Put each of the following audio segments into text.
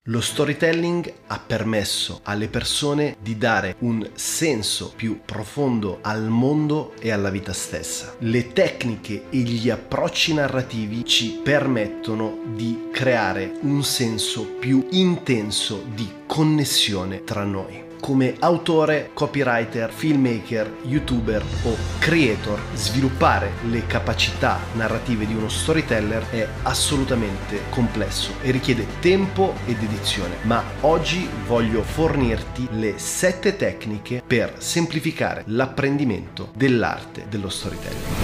Lo storytelling ha permesso alle persone di dare un senso più profondo al mondo e alla vita stessa. Le tecniche e gli approcci narrativi ci permettono di creare un senso più intenso di connessione tra noi. Come autore, copywriter, filmmaker, youtuber o creator, sviluppare le capacità narrative di uno storyteller è assolutamente complesso e richiede tempo e dedizione. Ma oggi voglio fornirti le 7 tecniche per semplificare l'apprendimento dell'arte dello storytelling.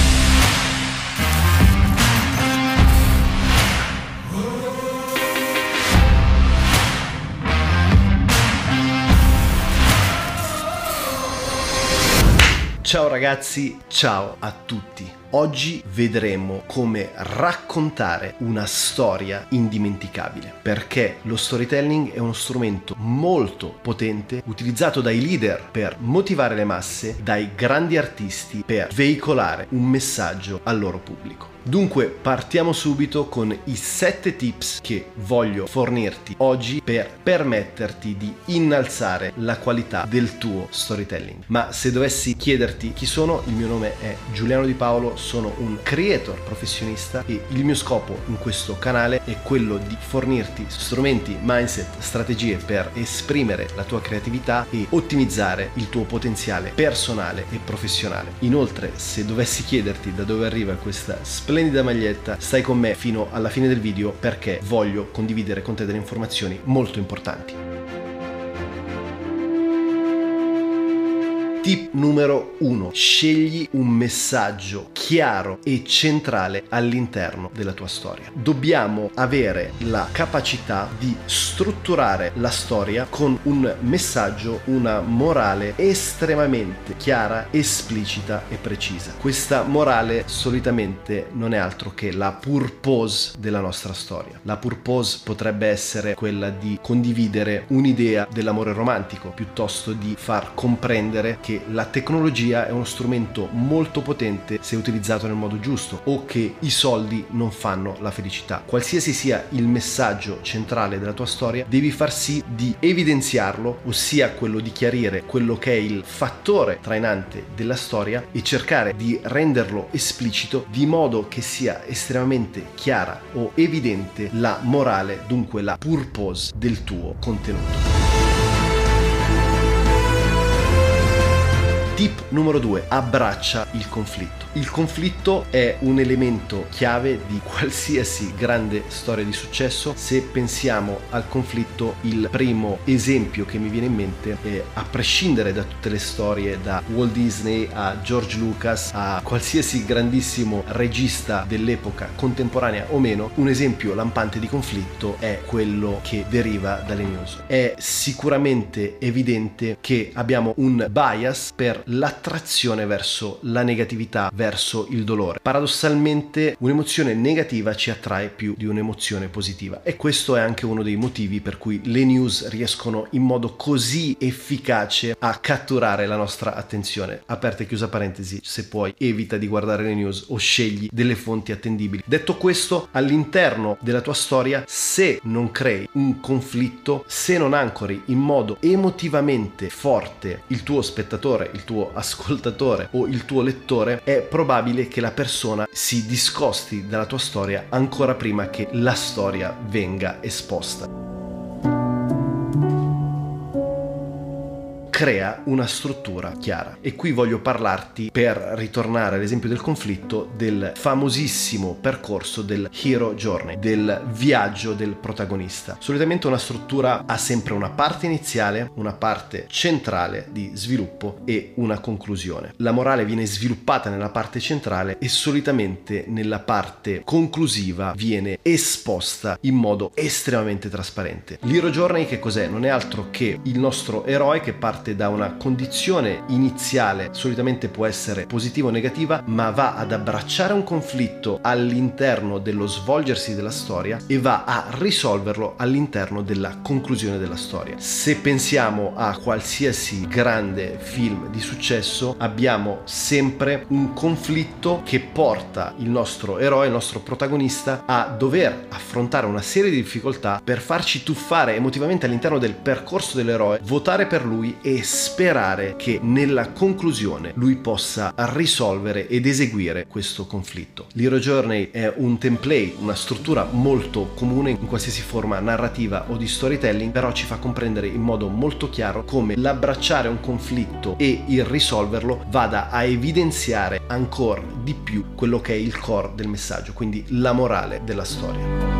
Ciao ragazzi, ciao a tutti. Oggi vedremo come raccontare una storia indimenticabile, perché lo storytelling è uno strumento molto potente utilizzato dai leader per motivare le masse, dai grandi artisti per veicolare un messaggio al loro pubblico. Dunque partiamo subito con i 7 tips che voglio fornirti oggi per permetterti di innalzare la qualità del tuo storytelling. Ma se dovessi chiederti chi sono, il mio nome è Giuliano Di Paolo, sono un creator professionista e il mio scopo in questo canale è quello di fornirti strumenti, mindset, strategie per esprimere la tua creatività e ottimizzare il tuo potenziale personale e professionale. Inoltre, se dovessi chiederti da dove arriva questa splendida maglietta, stai con me fino alla fine del video perché voglio condividere con te delle informazioni molto importanti. Tip numero 1. Scegli un messaggio chiaro e centrale all'interno della tua storia. Dobbiamo avere la capacità di strutturare la storia con un messaggio, una morale estremamente chiara, esplicita e precisa. Questa morale solitamente non è altro che la purpose della nostra storia. La purpose potrebbe essere quella di condividere un'idea dell'amore romantico, piuttosto di far comprendere che la tecnologia è uno strumento molto potente se utilizzato nel modo giusto, o che i soldi non fanno la felicità. Qualsiasi sia il messaggio centrale della tua storia, devi far sì di evidenziarlo, ossia quello di chiarire quello che è il fattore trainante della storia e cercare di renderlo esplicito di modo che sia estremamente chiara o evidente la morale, dunque la purpose del tuo contenuto. Tip numero 2. Abbraccia il conflitto. Il conflitto è un elemento chiave di qualsiasi grande storia di successo. Se pensiamo al conflitto, il primo esempio che mi viene in mente è, a prescindere da tutte le storie, da Walt Disney a George Lucas a qualsiasi grandissimo regista dell'epoca contemporanea o meno, un esempio lampante di conflitto è quello che deriva dalle news. È sicuramente evidente che abbiamo un bias per l'attrazione verso la negatività, verso il dolore. Paradossalmente un'emozione negativa ci attrae più di un'emozione positiva e questo è anche uno dei motivi per cui le news riescono in modo così efficace a catturare la nostra attenzione. Aperta e chiusa parentesi, se puoi evita di guardare le news o scegli delle fonti attendibili. Detto questo, all'interno della tua storia, se non crei un conflitto, se non ancori in modo emotivamente forte il tuo spettatore, il tuo ascoltatore o il tuo lettore, è probabile che la persona si discosti dalla tua storia ancora prima che la storia venga esposta. Crea una struttura chiara. E qui voglio parlarti, per ritornare all'esempio del conflitto, del famosissimo percorso del hero journey, del viaggio del protagonista. Solitamente una struttura ha sempre una parte iniziale, una parte centrale di sviluppo e una conclusione. La morale viene sviluppata nella parte centrale e solitamente nella parte conclusiva viene esposta in modo estremamente trasparente. L'hero journey che cos'è? Non è altro che il nostro eroe che parte parte da una condizione iniziale, solitamente può essere positiva o negativa, ma va ad abbracciare un conflitto all'interno dello svolgersi della storia e va a risolverlo all'interno della conclusione della storia. Se pensiamo a qualsiasi grande film di successo, abbiamo sempre un conflitto che porta il nostro eroe, il nostro protagonista, a dover affrontare una serie di difficoltà per farci tuffare emotivamente all'interno del percorso dell'eroe, votare per lui e sperare che nella conclusione lui possa risolvere ed eseguire questo conflitto. L'Hero Journey è un template, una struttura molto comune in qualsiasi forma narrativa o di storytelling, però ci fa comprendere in modo molto chiaro come l'abbracciare un conflitto e il risolverlo vada a evidenziare ancora di più quello che è il core del messaggio, quindi la morale della storia.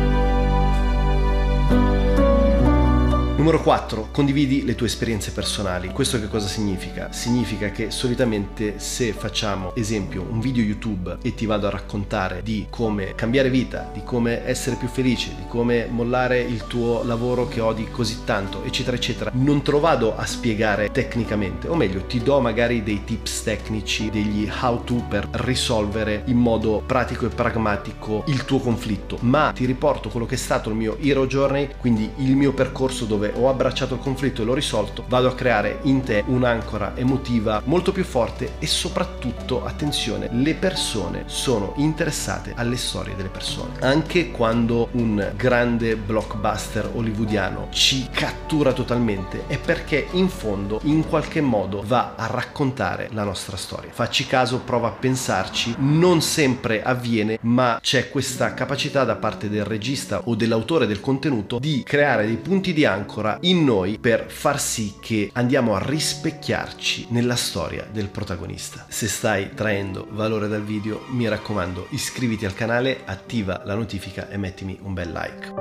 Numero 4. Condividi le tue esperienze personali. Questo che cosa significa? Significa che solitamente se facciamo, esempio, un video YouTube e ti vado a raccontare di come cambiare vita, di come essere più felice, di come mollare il tuo lavoro che odi così tanto, eccetera, eccetera, non te lo vado a spiegare tecnicamente, o meglio, ti do magari dei tips tecnici, degli how to per risolvere in modo pratico e pragmatico il tuo conflitto, ma ti riporto quello che è stato il mio Hero Journey, quindi il mio percorso dove ho abbracciato il conflitto e l'ho risolto. Vado a creare in te un'ancora emotiva molto più forte e soprattutto, attenzione, le persone sono interessate alle storie delle persone. Anche quando un grande blockbuster hollywoodiano ci cattura totalmente è perché in fondo in qualche modo va a raccontare la nostra storia. Facci caso, prova a pensarci, non sempre avviene, ma c'è questa capacità da parte del regista o dell'autore del contenuto di creare dei punti di ancora in noi per far sì che andiamo a rispecchiarci nella storia del protagonista. Se stai traendo valore dal video, mi raccomando, iscriviti al canale, attiva la notifica e mettimi un bel like.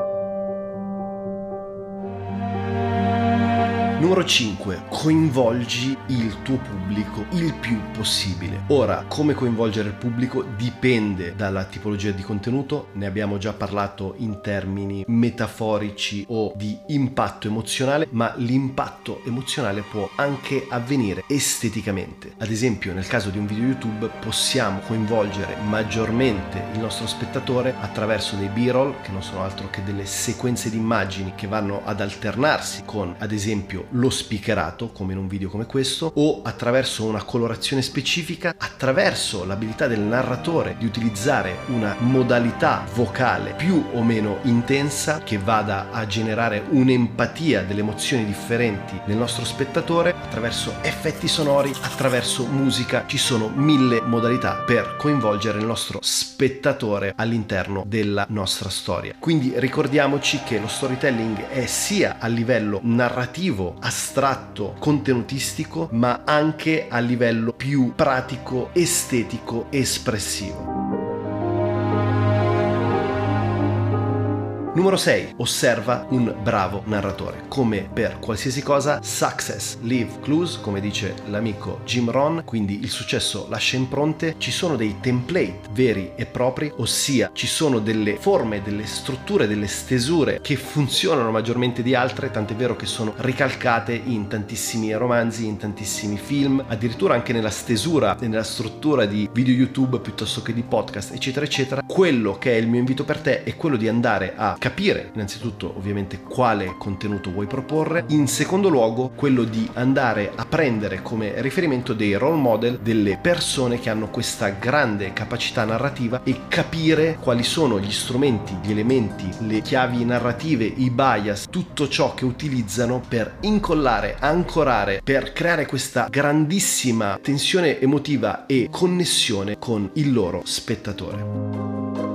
Numero 5. Coinvolgi il tuo pubblico il più possibile. Ora, come coinvolgere il pubblico dipende dalla tipologia di contenuto, ne abbiamo già parlato in termini metaforici o di impatto emozionale, ma l'impatto emozionale può anche avvenire esteticamente. Ad esempio, nel caso di un video YouTube possiamo coinvolgere maggiormente il nostro spettatore attraverso dei B-roll, che non sono altro che delle sequenze di immagini che vanno ad alternarsi con, ad esempio, lo speakerato, come in un video come questo, o attraverso una colorazione specifica, attraverso l'abilità del narratore di utilizzare una modalità vocale più o meno intensa che vada a generare un'empatia delle emozioni differenti nel nostro spettatore, attraverso effetti sonori, attraverso musica. Ci sono 1000 modalità per coinvolgere il nostro spettatore all'interno della nostra storia. Quindi ricordiamoci che lo storytelling è sia a livello narrativo, astratto, contenutistico, ma anche a livello più pratico, estetico, espressivo. Numero 6. Osserva un bravo narratore. Come per qualsiasi cosa, success leave clues, come dice l'amico Jim Rohn, quindi il successo lascia impronte. Ci sono dei template veri e propri, ossia ci sono delle forme, delle strutture, delle stesure che funzionano maggiormente di altre, tant'è vero che sono ricalcate in tantissimi romanzi, in tantissimi film, addirittura anche nella stesura e nella struttura di video YouTube piuttosto che di podcast, eccetera, eccetera. Quello che è il mio invito per te è quello di andare a capire innanzitutto ovviamente quale contenuto vuoi proporre, in secondo luogo quello di andare a prendere come riferimento dei role model, delle persone che hanno questa grande capacità narrativa, e capire quali sono gli strumenti, gli elementi, le chiavi narrative, i bias, tutto ciò che utilizzano per incollare, ancorare, per creare questa grandissima tensione emotiva e connessione con il loro spettatore.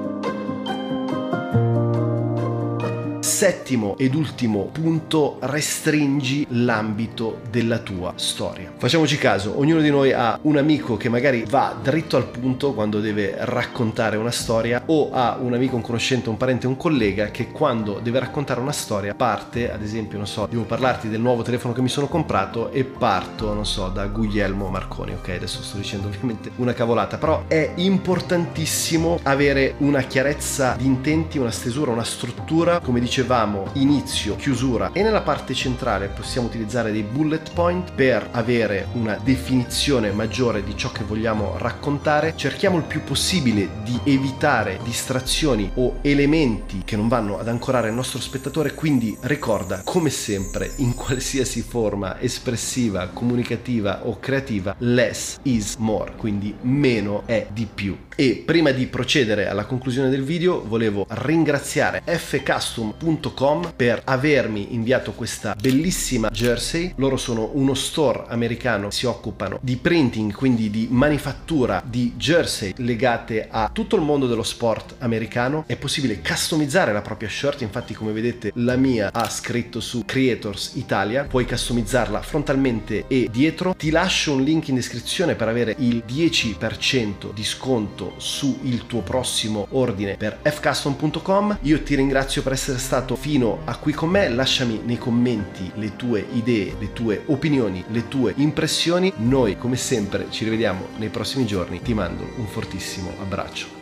Settimo ed ultimo punto: restringi l'ambito della tua storia. Facciamoci caso, ognuno di noi ha un amico che magari va dritto al punto quando deve raccontare una storia, o ha un amico, un conoscente, un parente, un collega che quando deve raccontare una storia parte, ad esempio, non so, devo parlarti del nuovo telefono che mi sono comprato e parto, non so, da Guglielmo Marconi. Ok, adesso sto dicendo ovviamente una cavolata, però è importantissimo avere una chiarezza di intenti, una stesura, una struttura, come diceva avevamo inizio, chiusura e nella parte centrale possiamo utilizzare dei bullet point per avere una definizione maggiore di ciò che vogliamo raccontare. Cerchiamo il più possibile di evitare distrazioni o elementi che non vanno ad ancorare il nostro spettatore, quindi ricorda, come sempre in qualsiasi forma espressiva, comunicativa o creativa, less is more, quindi meno è di più. E prima di procedere alla conclusione del video volevo ringraziare fcustom.com per avermi inviato questa bellissima jersey. Loro sono uno store americano, si occupano di printing, quindi di manifattura di jersey legate a tutto il mondo dello sport americano. È possibile customizzare la propria shirt, infatti come vedete la mia ha scritto su Creators Italia, puoi customizzarla frontalmente e dietro. Ti lascio un link in descrizione per avere il 10% di sconto su il tuo prossimo ordine per fcustom.com. Io ti ringrazio per essere stato fino a qui con me. Lasciami nei commenti le tue idee, le tue opinioni, le tue impressioni. Noi come sempre ci rivediamo nei prossimi giorni. Ti mando un fortissimo abbraccio.